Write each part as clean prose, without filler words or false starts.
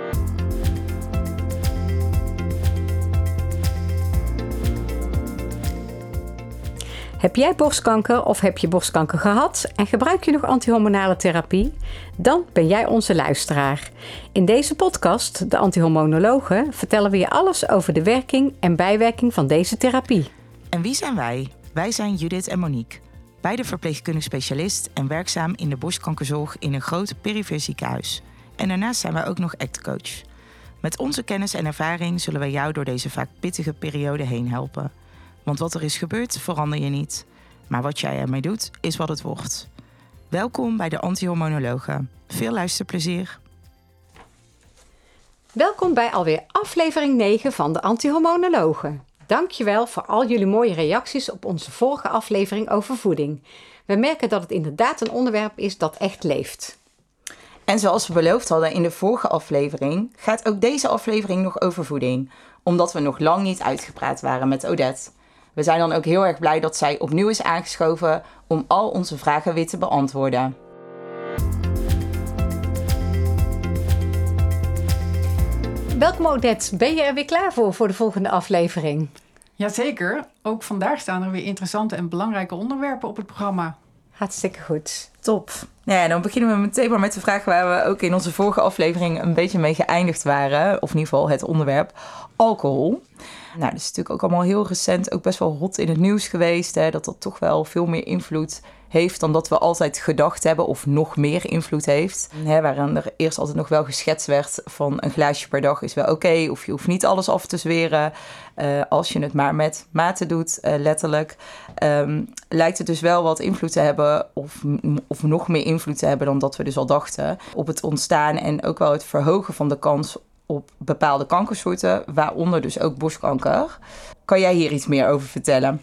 Heb jij borstkanker of heb je borstkanker gehad en gebruik je nog antihormonale therapie? Dan ben jij onze luisteraar. In deze podcast, De Antihormonologen, vertellen we je alles over de werking en bijwerking van deze therapie. En wie zijn wij? Wij zijn Judith en Monique. Beide verpleegkundig specialist en werkzaam in de borstkankerzorg in een groot perifeer ziekenhuis. En daarnaast zijn wij ook nog ACT-coach. Met onze kennis en ervaring zullen wij jou door deze vaak pittige periode heen helpen. Want wat er is gebeurd, verander je niet. Maar wat jij ermee doet, is wat het wordt. Welkom bij de Antihormonologen. Veel luisterplezier. Welkom bij alweer aflevering 9 van de Antihormonologen. Dankjewel voor al jullie mooie reacties op onze vorige aflevering over voeding. We merken dat het inderdaad een onderwerp is dat echt leeft. En zoals we beloofd hadden in de vorige aflevering, gaat ook deze aflevering nog over voeding. Omdat we nog lang niet uitgepraat waren met Odette. We zijn dan ook heel erg blij dat zij opnieuw is aangeschoven om al onze vragen weer te beantwoorden. Welkom Odette, ben je er weer klaar voor de volgende aflevering? Jazeker, ook vandaag staan er weer interessante en belangrijke onderwerpen op het programma. Hartstikke goed. Top. Ja, dan beginnen we meteen maar met de vraag waar we ook in onze vorige aflevering een beetje mee geëindigd waren. Of in ieder geval het onderwerp alcohol. Nou, dat is natuurlijk ook allemaal heel recent ook best wel hot in het nieuws geweest. Hè, dat toch wel veel meer invloed heeft dan dat we altijd gedacht hebben. Of nog meer invloed heeft. Hè, waarin er eerst altijd nog wel geschetst werd van een glaasje per dag is wel oké. Of je hoeft niet alles af te zweren. Als je het maar met mate doet, letterlijk. Lijkt het dus wel wat invloed te hebben. Of nog meer invloed te hebben dan dat we dus al dachten. Op het ontstaan en ook wel het verhogen van de kans op bepaalde kankersoorten, waaronder dus ook borstkanker. Kan jij hier iets meer over vertellen?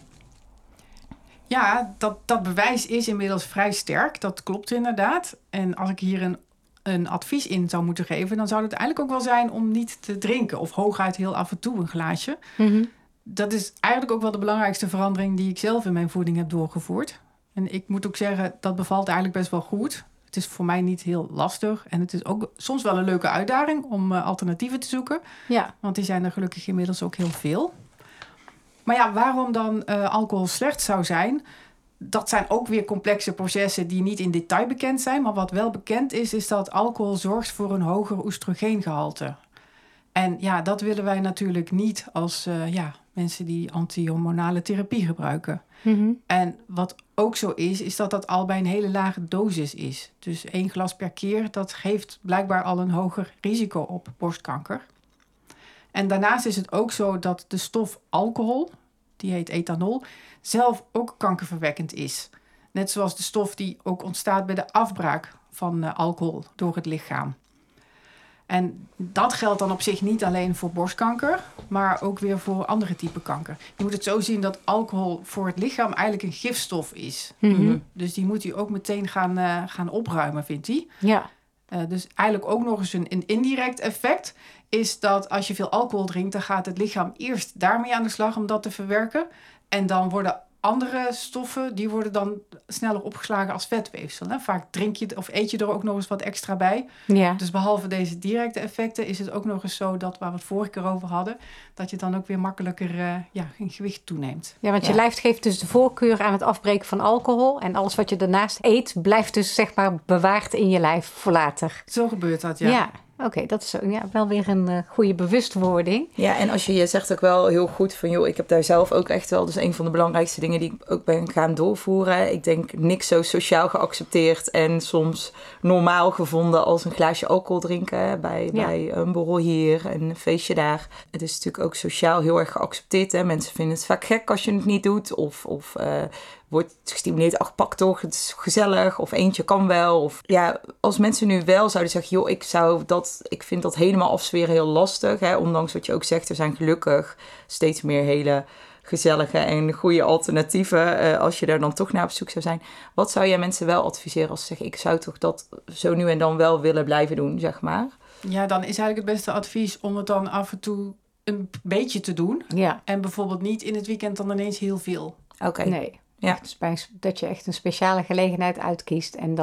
Ja, dat bewijs is inmiddels vrij sterk. Dat klopt inderdaad. En als ik hier een advies in zou moeten geven, dan zou het eigenlijk ook wel zijn om niet te drinken. Of hooguit heel af en toe een glaasje. Mm-hmm. Dat is eigenlijk ook wel de belangrijkste verandering die ik zelf in mijn voeding heb doorgevoerd. En ik moet ook zeggen, dat bevalt eigenlijk best wel goed. Het is voor mij niet heel lastig. En het is ook soms wel een leuke uitdaging om alternatieven te zoeken. Ja. Want die zijn er gelukkig inmiddels ook heel veel. Maar ja, waarom dan alcohol slecht zou zijn? Dat zijn ook weer complexe processen die niet in detail bekend zijn. Maar wat wel bekend is dat alcohol zorgt voor een hoger oestrogeengehalte. En ja, dat willen wij natuurlijk niet als mensen die antihormonale therapie gebruiken. Mm-hmm. En wat ook zo is dat al bij een hele lage dosis is. Dus 1 glas per keer, dat geeft blijkbaar al een hoger risico op borstkanker. En daarnaast is het ook zo dat de stof alcohol, die heet ethanol, zelf ook kankerverwekkend is. Net zoals de stof die ook ontstaat bij de afbraak van alcohol door het lichaam. En dat geldt dan op zich niet alleen voor borstkanker, maar ook weer voor andere typen kanker. Je moet het zo zien dat alcohol voor het lichaam eigenlijk een gifstof is. Mm-hmm. Dus die moet hij ook meteen gaan opruimen, vindt hij. Ja. Dus eigenlijk ook nog eens een indirect effect is dat als je veel alcohol drinkt, dan gaat het lichaam eerst daarmee aan de slag om dat te verwerken. En dan worden andere stoffen, die worden dan sneller opgeslagen als vetweefsel. Hè? Vaak drink je of eet je er ook nog eens wat extra bij. Ja. Dus behalve deze directe effecten is het ook nog eens zo dat, waar we het vorige keer over hadden, dat je dan ook weer makkelijker in gewicht toeneemt. Ja, want je lijf geeft dus de voorkeur aan het afbreken van alcohol. En alles wat je daarnaast eet, blijft dus zeg maar bewaard in je lijf voor later. Zo gebeurt dat, ja. Oké, dat is wel weer een goede bewustwording. Ja, en als je zegt ook wel heel goed van, joh, ik heb daar zelf ook echt wel, dus een van de belangrijkste dingen die ik ook ben gaan doorvoeren. Ik denk niks zo sociaal geaccepteerd en soms normaal gevonden als een glaasje alcohol drinken bij een borrel hier en een feestje daar. Het is natuurlijk ook sociaal heel erg geaccepteerd. Hè? Mensen vinden het vaak gek als je het niet doet of wordt gestimuleerd, ach, pak toch, het is gezellig, of eentje kan wel. Of ja, als mensen nu wel zouden zeggen, joh, ik vind dat helemaal afzweren heel lastig. Hè? Ondanks wat je ook zegt, er zijn gelukkig steeds meer hele gezellige en goede alternatieven als je daar dan toch naar op zoek zou zijn. Wat zou jij mensen wel adviseren als ze zeggen, ik zou toch dat zo nu en dan wel willen blijven doen, zeg maar? Ja, dan is eigenlijk het beste advies om het dan af en toe een beetje te doen. Ja. En bijvoorbeeld niet in het weekend dan ineens heel veel. Oké. Nee. Ja. Dat je echt een speciale gelegenheid uitkiest en dan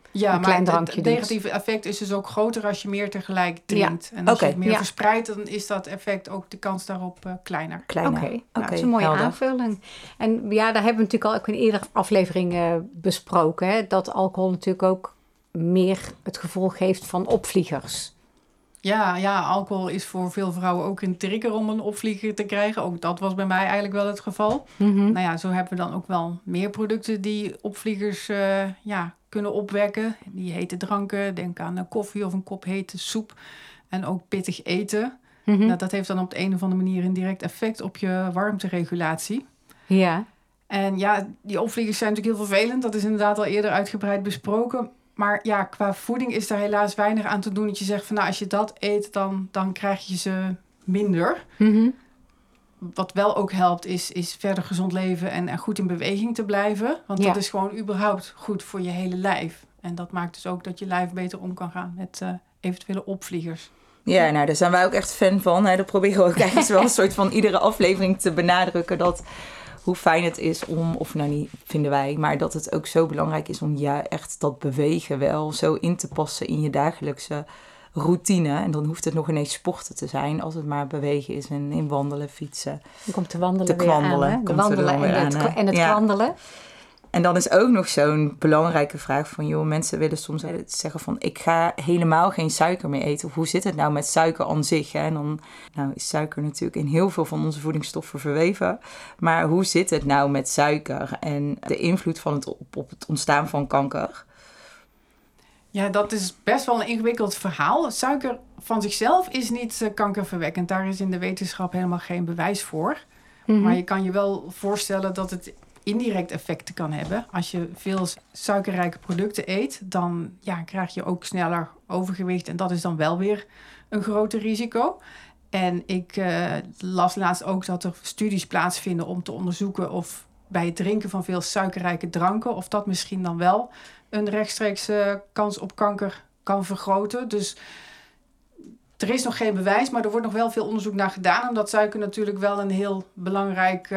Ja, een klein maar drankje het doet. negatieve effect is dus ook groter als je meer tegelijk drinkt. En als Oké. je het meer Ja. verspreidt, dan is dat effect ook de kans daarop kleiner. Kleiner. Oké, dat is een mooie helder. aanvulling. En ja, daar hebben we natuurlijk al ook in eerdere afleveringen besproken. Hè, dat alcohol natuurlijk ook meer het gevoel geeft van opvliegers. Ja, alcohol is voor veel vrouwen ook een trigger om een opvlieger te krijgen. Ook dat was bij mij eigenlijk wel het geval. Mhm. Nou ja, zo hebben we dan ook wel meer producten die opvliegers kunnen opwekken. Die hete dranken, denk aan koffie of een kop hete soep. En ook pittig eten. Mhm. Nou, dat heeft dan op de een of andere manier een direct effect op je warmteregulatie. Ja, En ja, die opvliegers zijn natuurlijk heel vervelend. Dat is inderdaad al eerder uitgebreid besproken. Maar ja, qua voeding is daar helaas weinig aan te doen. Dat je zegt van nou, als je dat eet, dan krijg je ze minder. Mhm. Wat wel ook helpt, is verder gezond leven en goed in beweging te blijven. Want Ja. dat is gewoon überhaupt goed voor je hele lijf. En dat maakt dus ook dat je lijf beter om kan gaan met eventuele opvliegers. Ja, nou, daar zijn wij ook echt fan van. Hè. Dat proberen we ook echt wel een soort van iedere aflevering te benadrukken. Dat hoe fijn het is om, of nou niet vinden wij, maar dat het ook zo belangrijk is om echt dat bewegen wel zo in te passen in je dagelijkse routine. En dan hoeft het nog ineens sporten te zijn als het maar bewegen is en in wandelen, fietsen. dan komt de wandelen De weer kwandelen aan. Hè? De komt er wandelen dan weer en aan, hè? en het Ja. kwandelen. En dan is ook nog zo'n belangrijke vraag van, joh, mensen willen soms zeggen van, ik ga helemaal geen suiker meer eten. Of hoe zit het nou met suiker aan zich? Hè? En dan is suiker natuurlijk in heel veel van onze voedingsstoffen verweven. Maar hoe zit het nou met suiker en de invloed van het op het ontstaan van kanker? Ja, dat is best wel een ingewikkeld verhaal. Suiker van zichzelf is niet kankerverwekkend. Daar is in de wetenschap helemaal geen bewijs voor. Mhm. Maar je kan je wel voorstellen dat het indirect effecten kan hebben. Als je veel suikerrijke producten eet, dan krijg je ook sneller overgewicht. En dat is dan wel weer een groter risico. En ik las laatst ook dat er studies plaatsvinden om te onderzoeken of bij het drinken van veel suikerrijke dranken, of dat misschien dan wel een rechtstreeks kans op kanker kan vergroten. Dus er is nog geen bewijs, maar er wordt nog wel veel onderzoek naar gedaan, omdat suiker natuurlijk wel een heel belangrijk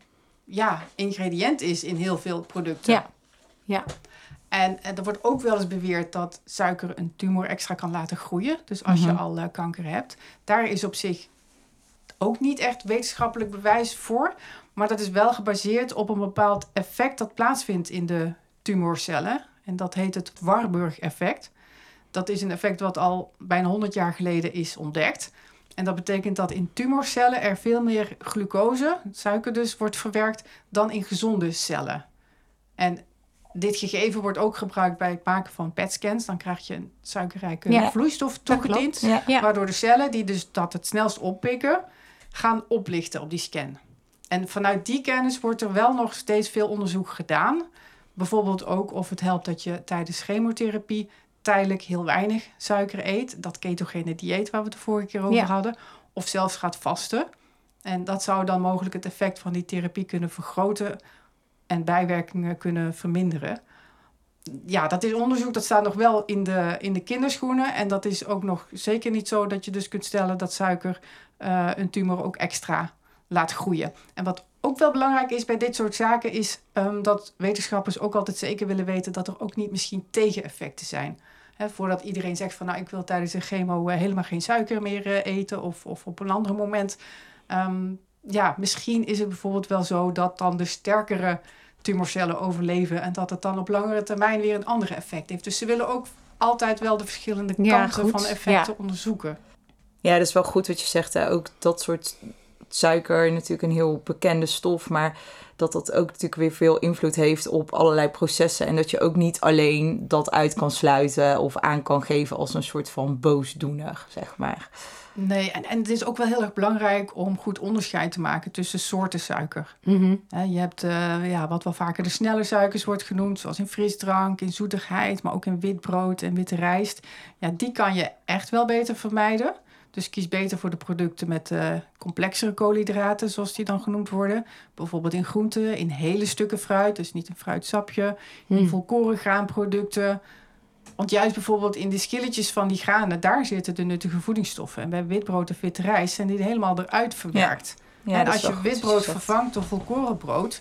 ingrediënt is in heel veel producten. Ja. En er wordt ook wel eens beweerd dat suiker een tumor extra kan laten groeien. Dus als je al kanker hebt. Daar is op zich ook niet echt wetenschappelijk bewijs voor. Maar dat is wel gebaseerd op een bepaald effect dat plaatsvindt in de tumorcellen. En dat heet het Warburg-effect. Dat is een effect wat al bijna 100 jaar geleden is ontdekt. En dat betekent dat in tumorcellen er veel meer glucose, suiker dus, wordt verwerkt dan in gezonde cellen. En dit gegeven wordt ook gebruikt bij het maken van PET-scans. Dan krijg je een suikerrijke vloeistof toegediend. Ja. Waardoor de cellen die dus dat het snelst oppikken, gaan oplichten op die scan. En vanuit die kennis wordt er wel nog steeds veel onderzoek gedaan. Bijvoorbeeld ook of het helpt dat je tijdens chemotherapie tijdelijk heel weinig suiker eet. Dat ketogene dieet waar we het de vorige keer over hadden. Of zelfs gaat vasten. En dat zou dan mogelijk het effect van die therapie kunnen vergroten en bijwerkingen kunnen verminderen. Ja, dat is onderzoek, dat staat nog wel in de kinderschoenen. En dat is ook nog zeker niet zo dat je dus kunt stellen dat suiker een tumor ook extra laat groeien. En wat ook wel belangrijk is bij dit soort zaken is dat wetenschappers ook altijd zeker willen weten dat er ook niet misschien tegeneffecten zijn. Voordat iedereen zegt van nou, ik wil tijdens een chemo helemaal geen suiker meer eten of op een ander moment. Misschien is het bijvoorbeeld wel zo dat dan de sterkere tumorcellen overleven en dat het dan op langere termijn weer een ander effect heeft. Dus ze willen ook altijd wel de verschillende kanten van effecten onderzoeken. Ja, dat is wel goed wat je zegt. Hè? Ook dat soort suiker, natuurlijk een heel bekende stof, maar dat ook natuurlijk weer veel invloed heeft op allerlei processen. En dat je ook niet alleen dat uit kan sluiten of aan kan geven als een soort van boosdoener, zeg maar. Nee, en het is ook wel heel erg belangrijk om goed onderscheid te maken tussen soorten suiker. Mm-hmm. Je hebt wat wel vaker de snelle suikers wordt genoemd, zoals in frisdrank, in zoetigheid, maar ook in wit brood en witte rijst. Ja, die kan je echt wel beter vermijden. Dus kies beter voor de producten met complexere koolhydraten, zoals die dan genoemd worden. Bijvoorbeeld in groenten, in hele stukken fruit, dus niet een fruitsapje. In volkoren graanproducten. Want juist bijvoorbeeld in de schilletjes van die granen, daar zitten de nuttige voedingsstoffen. En bij witbrood of witte rijst zijn die helemaal eruit verwerkt. Ja, en als je witbrood vervangt door volkorenbrood,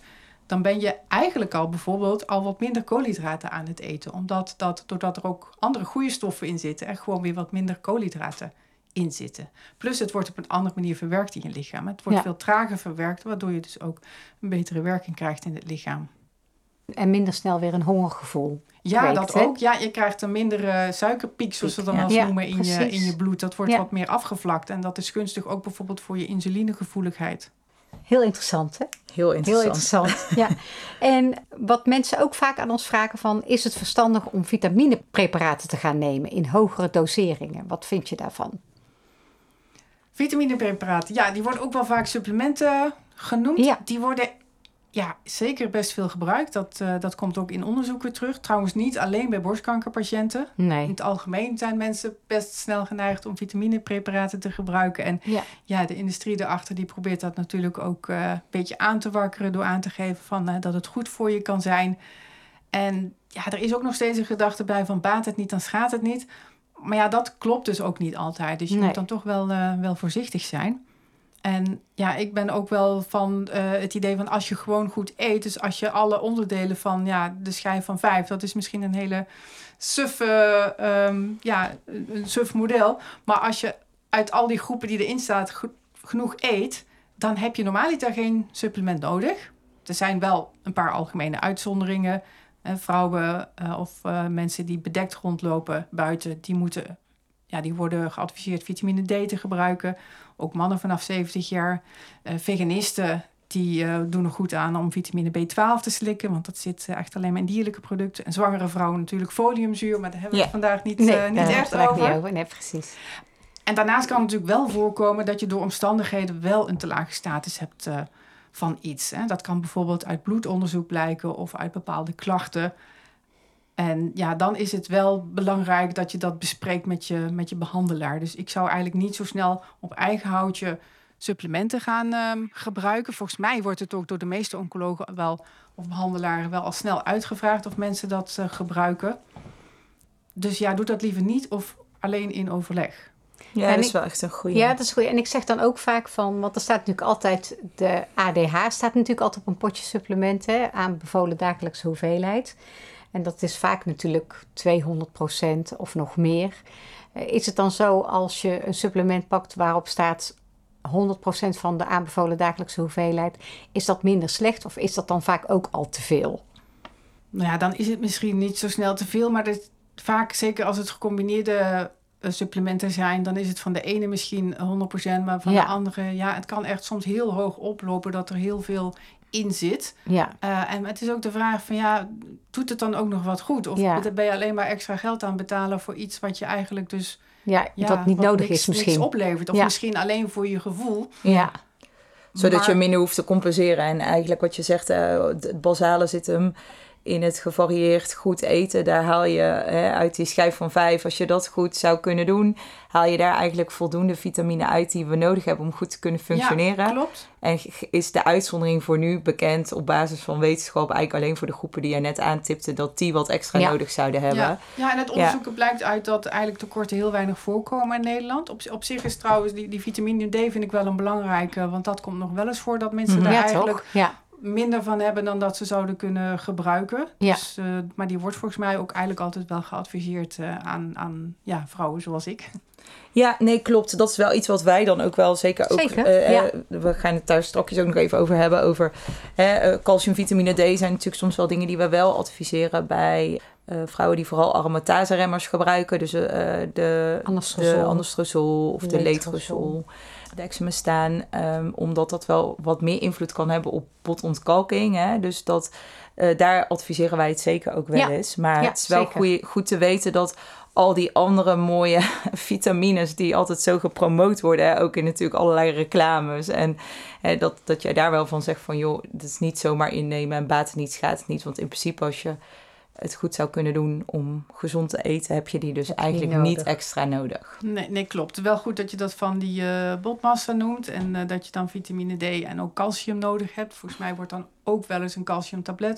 dan ben je eigenlijk al bijvoorbeeld al wat minder koolhydraten aan het eten. Doordat er ook andere goede stoffen in zitten, er gewoon weer wat minder koolhydraten in zitten. Plus het wordt op een andere manier verwerkt in je lichaam. Het wordt veel trager verwerkt, waardoor je dus ook een betere werking krijgt in het lichaam. En minder snel weer een hongergevoel. Ja, kweekt, dat hè? ook. Ja, je krijgt een mindere suikerpiek, zoals we dat dan wel eens noemen, in je bloed. Dat wordt wat meer afgevlakt. En dat is gunstig ook bijvoorbeeld voor je insulinegevoeligheid. Heel interessant, hè? Heel interessant. Ja. En wat mensen ook vaak aan ons vragen van... is het verstandig om vitaminepreparaten te gaan nemen in hogere doseringen? Wat vind je daarvan? Vitaminepreparaten, ja, die worden ook wel vaak supplementen genoemd. Ja. Die worden zeker best veel gebruikt. Dat komt ook in onderzoeken terug. Trouwens niet alleen bij borstkankerpatiënten. Nee. In het algemeen zijn mensen best snel geneigd om vitaminepreparaten te gebruiken. En de industrie erachter die probeert dat natuurlijk ook een beetje aan te wakkeren... door aan te geven van, dat het goed voor je kan zijn. En er is ook nog steeds een gedachte bij van baat het niet, dan schaadt het niet. Maar ja, dat klopt dus ook niet altijd. Dus je moet dan toch wel voorzichtig zijn. En ik ben ook wel van het idee van als je gewoon goed eet... dus als je alle onderdelen van de schijf van 5... dat is misschien een hele een suf model. Maar als je uit al die groepen die erin staat genoeg eet... dan heb je normaliter geen supplement nodig. Er zijn wel een paar algemene uitzonderingen... Vrouwen of mensen die bedekt rondlopen buiten, die worden geadviseerd vitamine D te gebruiken. Ook mannen vanaf 70 jaar. Veganisten, die doen er goed aan om vitamine B12 te slikken, want dat zit echt alleen maar in dierlijke producten. En zwangere vrouwen natuurlijk foliumzuur, maar daar hebben we het vandaag niet echt over. Nee, precies. En daarnaast kan het natuurlijk wel voorkomen dat je door omstandigheden wel een te lage status hebt van iets. Hè. Dat kan bijvoorbeeld uit bloedonderzoek blijken of uit bepaalde klachten. En dan is het wel belangrijk dat je dat bespreekt met je behandelaar. Dus ik zou eigenlijk niet zo snel op eigen houtje supplementen gaan gebruiken. Volgens mij wordt het ook door de meeste oncologen of behandelaren wel al snel uitgevraagd of mensen dat gebruiken. Dus doe dat liever niet of alleen in overleg. Ja, dat is wel echt een goeie. Ja, dat is goed. En ik zeg dan ook vaak van... want er staat natuurlijk altijd... de ADH staat natuurlijk altijd op een potje supplementen... aanbevolen dagelijkse hoeveelheid. En dat is vaak natuurlijk 200% of nog meer. Is het dan zo als je een supplement pakt waarop staat... 100% van de aanbevolen dagelijkse hoeveelheid... is dat minder slecht of is dat dan vaak ook al te veel? Nou ja, dan is het misschien niet zo snel te veel... maar vaak, zeker als het gecombineerde... supplementen zijn, dan is het van de ene misschien 100%, maar van de andere, het kan echt soms heel hoog oplopen dat er heel veel in zit. Ja. En het is ook de vraag van, doet het dan ook nog wat goed? Of ben je alleen maar extra geld aan betalen voor iets wat je eigenlijk dus... dat niet nodig is misschien. Niks oplevert. Of misschien alleen voor je gevoel. Ja. Zodat je minder hoeft te compenseren. En eigenlijk wat je zegt, het basale zit hem... in het gevarieerd goed eten, daar haal je uit die schijf van 5... als je dat goed zou kunnen doen... haal je daar eigenlijk voldoende vitamine uit... die we nodig hebben om goed te kunnen functioneren. Ja, klopt. En is de uitzondering voor nu bekend op basis van wetenschap... eigenlijk alleen voor de groepen die je net aantipte... dat die wat extra nodig zouden hebben. Ja, en het onderzoeken blijkt uit dat eigenlijk tekorten heel weinig voorkomen in Nederland. Op zich is trouwens die vitamine D vind ik wel een belangrijke... want dat komt nog wel eens voor dat mensen daar eigenlijk... minder van hebben dan dat ze zouden kunnen gebruiken. Ja. Dus, maar die wordt volgens mij ook eigenlijk altijd wel geadviseerd aan vrouwen zoals ik. Ja, nee, klopt. Dat is wel iets wat wij dan ook wel zeker ook... we gaan het daar straks ook nog even over hebben. Over calcium, vitamine D zijn natuurlijk soms wel dingen die we wel adviseren bij... vrouwen die vooral aromatase-remmers gebruiken. Dus de anastrozol of de letrozol. De exemestaan, omdat dat wel wat meer invloed kan hebben op botontkalking. Hè? Dus daar adviseren wij het zeker ook wel eens. Maar het is wel goed te weten dat al die andere mooie vitamines... die altijd zo gepromoot worden, hè? Ook in natuurlijk allerlei reclames. En dat jij daar wel van zegt van... joh, dat is niet zomaar innemen en baat het niet, schaadt het niet. Want in principe als je het goed zou kunnen doen om gezond te eten... heb je die dus eigenlijk niet extra nodig. Nee, klopt. Wel goed dat je dat van die botmassa noemt... en dat je dan vitamine D en ook calcium nodig hebt. Volgens mij wordt dan ook wel eens een calciumtablet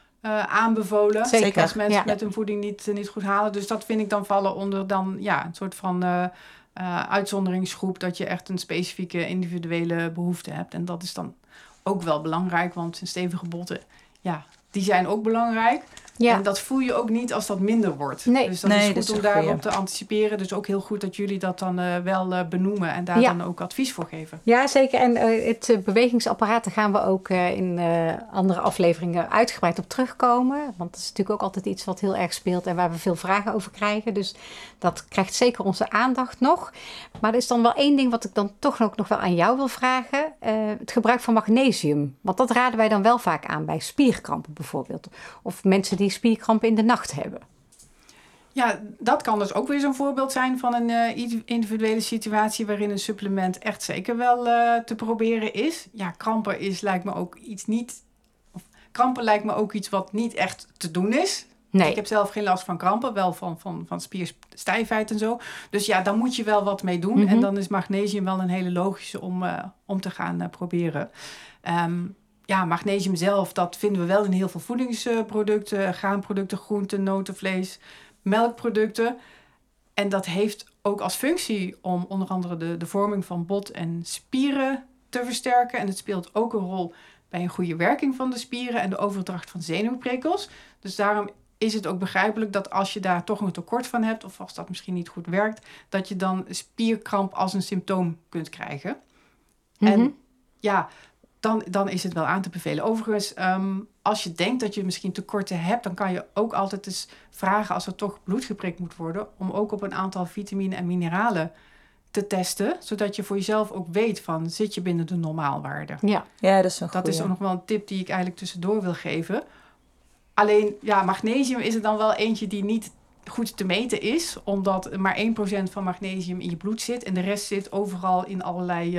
aanbevolen. Zeker. Als mensen met hun voeding niet goed halen. Dus dat vind ik dan vallen onder dan een soort van uitzonderingsgroep... dat je echt een specifieke individuele behoefte hebt. En dat is dan ook wel belangrijk, want een stevige botten, ja, die zijn ook belangrijk. Ja. En dat voel je ook niet als dat minder wordt. Nee. Dus dat is goed om daarop te anticiperen. Dus ook heel goed dat jullie dat dan wel benoemen en daar dan ook advies voor geven. Ja, zeker. En het bewegingsapparaat, daar gaan we ook in andere afleveringen uitgebreid op terugkomen. Want dat is natuurlijk ook altijd iets wat heel erg speelt en waar we veel vragen over krijgen. Dus dat krijgt zeker onze aandacht nog. Maar er is dan wel één ding wat ik dan toch nog wel aan jou wil vragen. Het gebruik van magnesium. Want dat raden wij dan wel vaak aan bij spierkrampen bijvoorbeeld. Of mensen die spierkrampen in de nacht hebben. Ja, dat kan dus ook weer zo'n voorbeeld zijn van een individuele situatie waarin een supplement echt zeker wel te proberen is. Ja, krampen lijkt me ook iets wat niet echt te doen is. Nee. Ik heb zelf geen last van krampen, wel van spierstijfheid en zo. Dus ja, dan moet je wel wat mee doen. En dan is magnesium wel een hele logische om te gaan proberen. Ja, magnesium zelf, dat vinden we wel in heel veel voedingsproducten. Graanproducten, groenten, noten, vlees, melkproducten. En dat heeft ook als functie om onder andere de vorming van bot en spieren te versterken. En het speelt ook een rol bij een goede werking van de spieren en de overdracht van zenuwprikkels. Dus daarom is het ook begrijpelijk dat als je daar toch een tekort van hebt, of als dat misschien niet goed werkt, dat je dan spierkramp als een symptoom kunt krijgen. En ja, dan is het wel aan te bevelen. Overigens, als je denkt dat je misschien tekorten hebt, dan kan je ook altijd eens vragen als er toch bloed geprikt moet worden, om ook op een aantal vitamine en mineralen te testen, zodat je voor jezelf ook weet van, zit je binnen de normaalwaarde. Ja, dat is een goeie. Dat is ook nog wel een tip die ik eigenlijk tussendoor wil geven. Alleen, ja, magnesium is er dan wel eentje die niet goed te meten is, omdat maar 1% van magnesium in je bloed zit en de rest zit overal in allerlei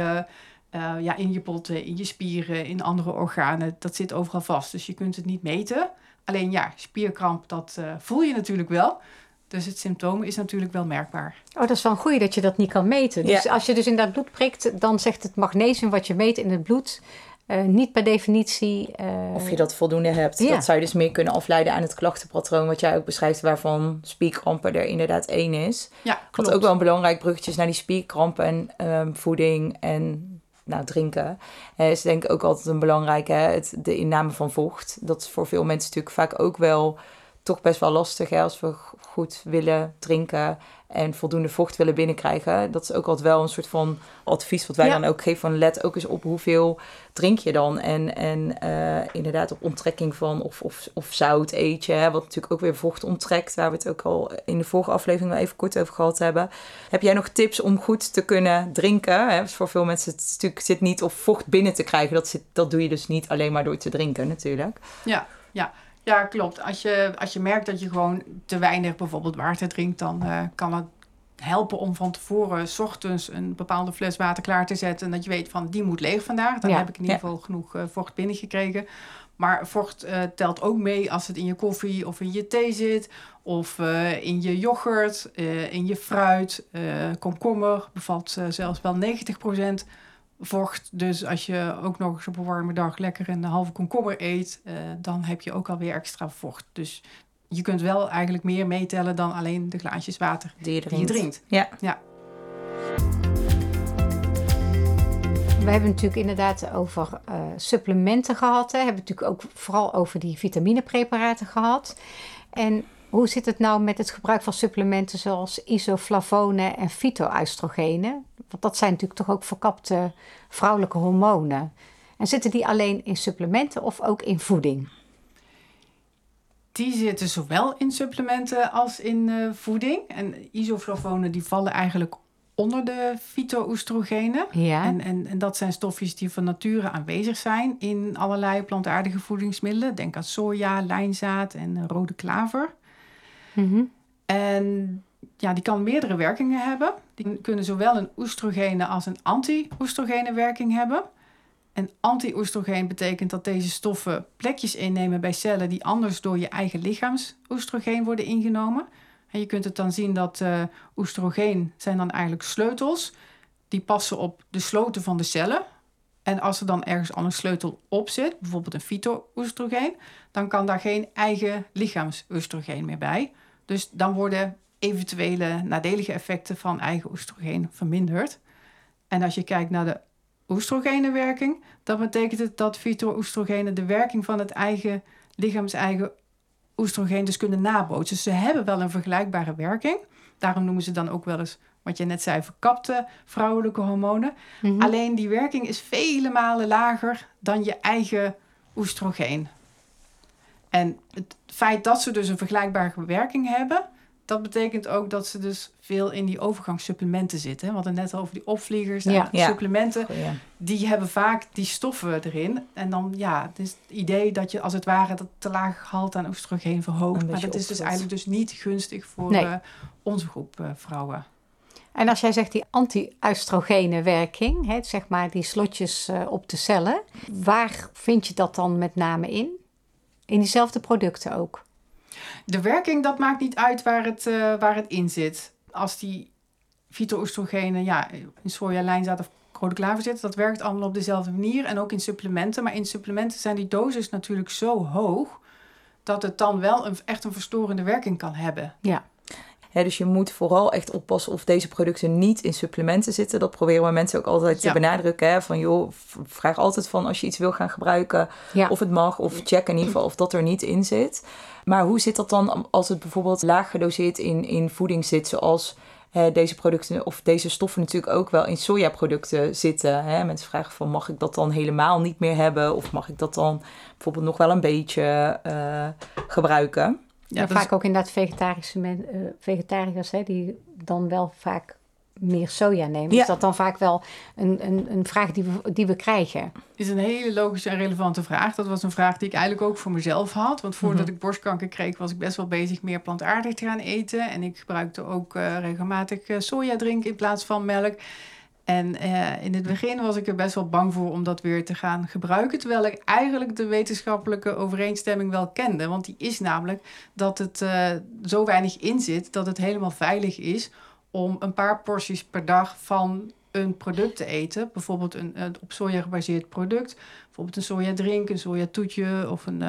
in je botten, in je spieren, in andere organen. Dat zit overal vast, dus je kunt het niet meten. Alleen ja, spierkramp, dat voel je natuurlijk wel. Dus het symptoom is natuurlijk wel merkbaar. Oh, dat is wel een goeie dat je dat niet kan meten. Dus als je dus in dat bloed prikt, dan zegt het magnesium wat je meet in het bloed niet per definitie... Of je dat voldoende hebt. Ja. Dat zou je dus meer kunnen afleiden aan het klachtenpatroon wat jij ook beschrijft, waarvan spierkrampen er inderdaad één is. Ja, klopt. Wat ook wel een belangrijk bruggetje is naar die spierkrampen en voeding en drinken. Is denk ik ook altijd een belangrijke, de inname van vocht. Dat is voor veel mensen natuurlijk vaak ook wel toch best wel lastig, als we goed willen drinken en voldoende vocht willen binnenkrijgen. Dat is ook altijd wel een soort van advies wat wij dan ook geven, van let ook eens op hoeveel drink je dan. En inderdaad op onttrekking van of zout eet je, wat natuurlijk ook weer vocht onttrekt, waar we het ook al in de vorige aflevering wel even kort over gehad hebben. Heb jij nog tips om goed te kunnen drinken? Dus voor veel mensen zit niet op vocht binnen te krijgen. Dat doe je dus niet alleen maar door te drinken natuurlijk. Ja, klopt. Als je merkt dat je gewoon te weinig bijvoorbeeld water drinkt, dan kan het helpen om van tevoren 's ochtends een bepaalde fles water klaar te zetten. En dat je weet van, die moet leeg vandaag. Dan heb ik in ieder geval genoeg vocht binnengekregen. Maar vocht telt ook mee als het in je koffie of in je thee zit. Of in je yoghurt, in je fruit. Komkommer bevat zelfs wel 90% vocht. Dus als je ook nog eens op een warme dag lekker een halve komkommer eet, dan heb je ook alweer extra vocht. Dus je kunt wel eigenlijk meer meetellen dan alleen de glaasjes water die je drinkt. Ja. We hebben natuurlijk inderdaad over supplementen gehad. We hebben natuurlijk ook vooral over die vitaminepreparaten gehad. En hoe zit het nou met het gebruik van supplementen zoals isoflavonen en fytoöstrogenen? Want dat zijn natuurlijk toch ook verkapte vrouwelijke hormonen. En zitten die alleen in supplementen of ook in voeding? Die zitten zowel in supplementen als in voeding. En isoflavonen die vallen eigenlijk onder de fytoöstrogenen. Ja. En dat zijn stofjes die van nature aanwezig zijn in allerlei plantaardige voedingsmiddelen. Denk aan soja, lijnzaad en rode klaver. Mm-hmm. En ja, die kan meerdere werkingen hebben. Die kunnen zowel een oestrogene als een anti-oestrogene werking hebben. En anti-oestrogeen betekent dat deze stoffen plekjes innemen bij cellen die anders door je eigen lichaamsoestrogeen worden ingenomen. En je kunt het dan zien dat oestrogeen zijn dan eigenlijk sleutels. Die passen op de sloten van de cellen. En als er dan ergens al een sleutel op zit, bijvoorbeeld een fytoöstrogeen, dan kan daar geen eigen lichaamsoestrogeen meer bij. Dus dan worden eventuele nadelige effecten van eigen oestrogeen verminderd. En als je kijkt naar de oestrogenenwerking. Dat betekent het dat fyto-oestrogenen de werking van het eigen lichaams-eigen oestrogeen dus kunnen nabootsen. Dus ze hebben wel een vergelijkbare werking. Daarom noemen ze dan ook wel eens, wat je net zei, verkapte vrouwelijke hormonen. Mm-hmm. Alleen die werking is vele malen lager dan je eigen oestrogeen. En het feit dat ze dus een vergelijkbare werking hebben, dat betekent ook dat ze dus veel in die overgangssupplementen zitten. We hadden het net over die opvliegers en supplementen. Ja. Die hebben vaak die stoffen erin. En dan het is het idee dat je als het ware dat te laag gehalte aan oestrogeen verhoogt. Maar dat is dus eigenlijk dus niet gunstig voor onze groep vrouwen. En als jij zegt die anti-oestrogene werking, hè, zeg maar die slotjes op de cellen, waar vind je dat dan met name in? In diezelfde producten ook? De werking, dat maakt niet uit waar het in zit. Als die fyto-oestrogenen in soja, lijnzaad of rode klaver zitten, dat werkt allemaal op dezelfde manier. En ook in supplementen. Maar in supplementen zijn die doses natuurlijk zo hoog dat het dan wel echt een verstorende werking kan hebben. Ja. Dus je moet vooral echt oppassen of deze producten niet in supplementen zitten. Dat proberen we mensen ook altijd te benadrukken. Hè? Van joh, vraag altijd van als je iets wil gaan gebruiken of het mag. Of check in ieder geval of dat er niet in zit. Maar hoe zit dat dan als het bijvoorbeeld laag gedoseerd in voeding zit? Zoals deze producten of deze stoffen natuurlijk ook wel in sojaproducten zitten. Hè? Mensen vragen van mag ik dat dan helemaal niet meer hebben? Of mag ik dat dan bijvoorbeeld nog wel een beetje gebruiken? Ja, vaak ook inderdaad vegetariërs die dan wel vaak meer soja nemen. Ja. Is dat dan vaak wel een vraag die we krijgen? Is een hele logische en relevante vraag. Dat was een vraag die ik eigenlijk ook voor mezelf had. Want voordat ik borstkanker kreeg, was ik best wel bezig meer plantaardig te gaan eten. En ik gebruikte ook regelmatig sojadrink in plaats van melk. En in het begin was ik er best wel bang voor om dat weer te gaan gebruiken. Terwijl ik eigenlijk de wetenschappelijke overeenstemming wel kende. Want die is namelijk dat het zo weinig in zit dat het helemaal veilig is om een paar porties per dag van een product te eten. Bijvoorbeeld een op soja gebaseerd product. Bijvoorbeeld een sojadrink, een sojatoetje of een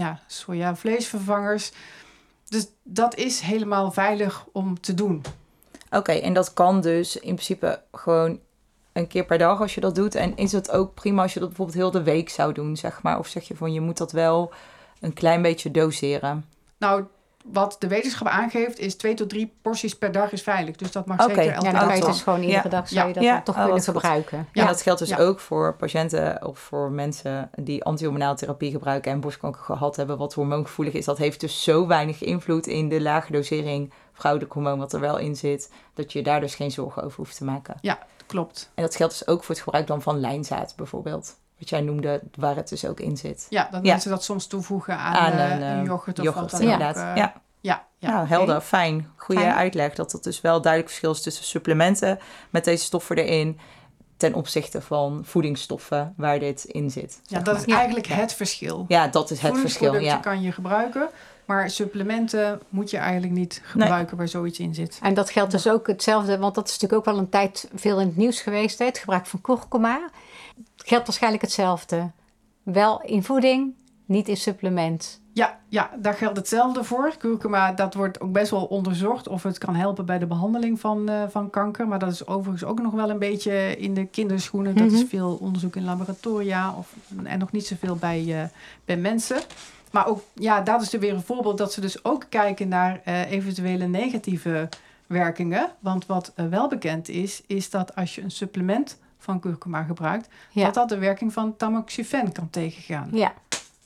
sojavleesvervangers. Dus dat is helemaal veilig om te doen. Oké, en dat kan dus in principe gewoon een keer per dag als je dat doet. En is het ook prima als je dat bijvoorbeeld heel de week zou doen, zeg maar? Of zeg je van je moet dat wel een klein beetje doseren? Nou, wat de wetenschap aangeeft is 2 tot 3 porties per dag is veilig. Dus dat mag zeker elke dag. Dan kan je dus gewoon iedere dag zou je dat toch kunnen gebruiken. Ja, dat geldt dus ook voor patiënten of voor mensen die antihormonale therapie gebruiken en borstkanker gehad hebben, wat hormoongevoelig is. Dat heeft dus zo weinig invloed in de lage dosering vrouwelijk hormoon wat er wel in zit, dat je daar dus geen zorgen over hoeft te maken. Ja, klopt. En dat geldt dus ook voor het gebruik dan van lijnzaad bijvoorbeeld. Wat jij noemde, waar het dus ook in zit. Ja, dat mensen dat soms toevoegen aan een yoghurt of wat dan inderdaad. ook. Ja. Nou, helder, fijn. Goeie uitleg. Dat het dus wel duidelijk verschil is tussen supplementen met deze stoffen erin ten opzichte van voedingsstoffen waar dit in zit. Ja, dat is eigenlijk het verschil. Ja, dat is het verschil. Voedingsproducten kan je gebruiken, maar supplementen moet je eigenlijk niet gebruiken waar zoiets in zit. En dat geldt dus ook hetzelfde, want dat is natuurlijk ook wel een tijd veel in het nieuws geweest. Het gebruik van kurkuma. Het geldt waarschijnlijk hetzelfde. Wel in voeding, niet in supplement. Ja, daar geldt hetzelfde voor. Kurkuma, dat wordt ook best wel onderzocht of het kan helpen bij de behandeling van kanker. Maar dat is overigens ook nog wel een beetje in de kinderschoenen. Dat is veel onderzoek in laboratoria en nog niet zoveel bij mensen. Maar ook, dat is er weer een voorbeeld dat ze dus ook kijken naar eventuele negatieve werkingen. Want wat wel bekend is dat als je een supplement van kurkuma gebruikt, dat de werking van tamoxifen kan tegengaan. Ja.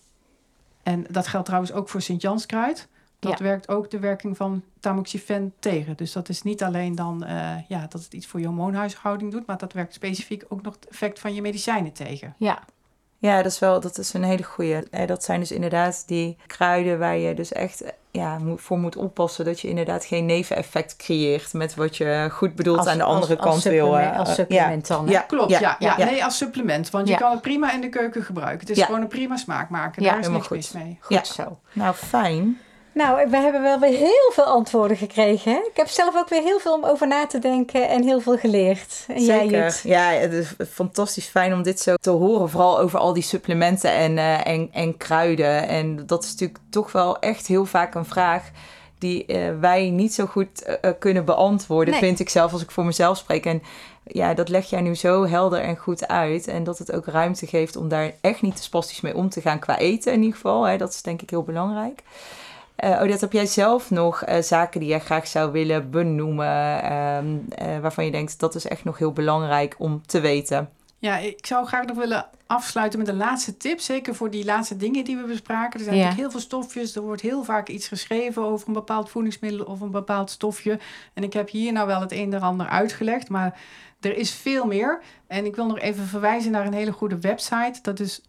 En dat geldt trouwens ook voor Sint-Janskruid. Dat werkt ook de werking van tamoxifen tegen. Dus dat is niet alleen dan dat het iets voor je hormoonhuishouding doet, maar dat werkt specifiek ook nog het effect van je medicijnen tegen. Ja, dat is een hele goeie. Dat zijn dus inderdaad die kruiden waar je dus echt voor moet oppassen dat je inderdaad geen neveneffect creëert met wat je goed bedoelt aan de andere kant wil. Als supplement dan. Ja, klopt. Nee, als supplement. Want je kan het prima in de keuken gebruiken. Het is gewoon een prima smaakmaker. Daar is niks mis mee. Goed zo. Nou, fijn. Nou, we hebben wel weer heel veel antwoorden gekregen. Hè? Ik heb zelf ook weer heel veel om over na te denken en heel veel geleerd. En zeker. Jij, Jut? Ja, het is fantastisch fijn om dit zo te horen. Vooral over al die supplementen en kruiden. En dat is natuurlijk toch wel echt heel vaak een vraag die wij niet zo goed kunnen beantwoorden, vind ik zelf als ik voor mezelf spreek. En ja, dat leg jij nu zo helder en goed uit. En dat het ook ruimte geeft om daar echt niet te spastisch mee om te gaan qua eten in ieder geval. Hè? Dat is denk ik heel belangrijk. Odette, heb jij zelf nog zaken die jij graag zou willen benoemen, waarvan je denkt dat is echt nog heel belangrijk om te weten? Ja, ik zou graag nog willen afsluiten met een laatste tip. Zeker voor die laatste dingen die we bespraken. Er zijn natuurlijk heel veel stofjes. Er wordt heel vaak iets geschreven over een bepaald voedingsmiddel of een bepaald stofje. En ik heb hier nou wel het een en ander uitgelegd. Maar er is veel meer. En ik wil nog even verwijzen naar een hele goede website. Dat is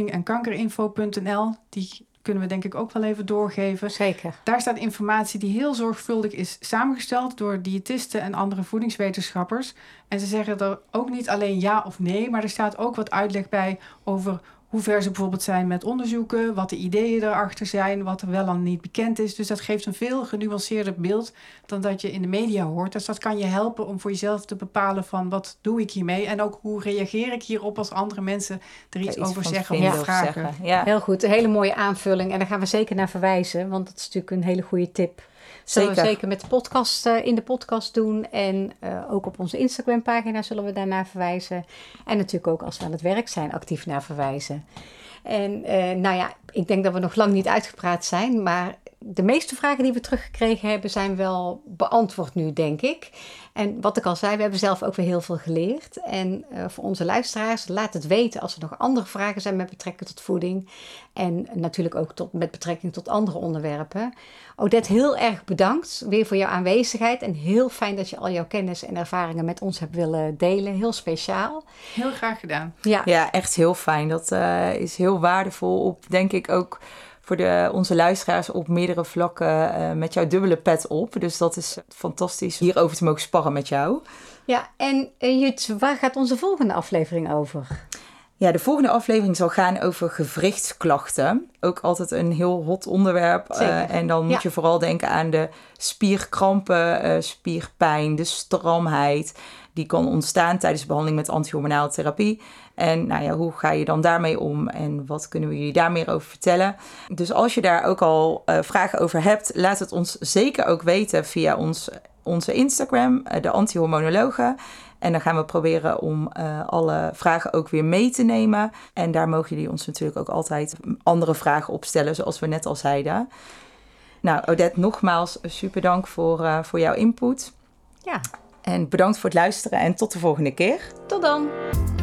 voedingenkankerinfo.nl. Die kunnen we denk ik ook wel even doorgeven. Zeker. Daar staat informatie die heel zorgvuldig is samengesteld door diëtisten en andere voedingswetenschappers. En ze zeggen er ook niet alleen ja of nee, maar er staat ook wat uitleg bij over hoe ver ze bijvoorbeeld zijn met onderzoeken, wat de ideeën erachter zijn, wat er wel en niet bekend is. Dus dat geeft een veel genuanceerder beeld dan dat je in de media hoort. Dus dat kan je helpen om voor jezelf te bepalen van wat doe ik hiermee en ook hoe reageer ik hierop als andere mensen er iets over zeggen of vragen. Ja. Heel goed, een hele mooie aanvulling en daar gaan we zeker naar verwijzen, want dat is natuurlijk een hele goede tip. Zullen we zeker met de podcast, in de podcast doen. En ook op onze Instagram-pagina zullen we daarnaar verwijzen. En natuurlijk ook als we aan het werk zijn actief naar verwijzen. En nou ja, ik denk dat we nog lang niet uitgepraat zijn. Maar de meeste vragen die we teruggekregen hebben zijn wel beantwoord nu, denk ik. En wat ik al zei, we hebben zelf ook weer heel veel geleerd. En voor onze luisteraars, laat het weten als er nog andere vragen zijn met betrekking tot voeding. En natuurlijk ook met betrekking tot andere onderwerpen. Odette, heel erg bedankt weer voor jouw aanwezigheid. En heel fijn dat je al jouw kennis en ervaringen met ons hebt willen delen. Heel speciaal. Heel graag gedaan. Ja, echt heel fijn. Dat is heel waardevol op, denk ik ook voor onze luisteraars op meerdere vlakken met jouw dubbele pet op. Dus dat is fantastisch hierover te mogen sparren met jou. Ja, en Jut, waar gaat onze volgende aflevering over? Ja, de volgende aflevering zal gaan over gewrichtsklachten. Ook altijd een heel hot onderwerp. En dan moet je vooral denken aan de spierkrampen, spierpijn, de stramheid. Die kan ontstaan tijdens de behandeling met antihormonale therapie. En nou ja, hoe ga je dan daarmee om en wat kunnen we jullie daar meer over vertellen? Dus als je daar ook al vragen over hebt, laat het ons zeker ook weten via onze Instagram, de Antihormonologen. En dan gaan we proberen om alle vragen ook weer mee te nemen. En daar mogen jullie ons natuurlijk ook altijd andere vragen op stellen, zoals we net al zeiden. Nou, Odette, nogmaals super dank voor jouw input. Ja. En bedankt voor het luisteren en tot de volgende keer. Tot dan!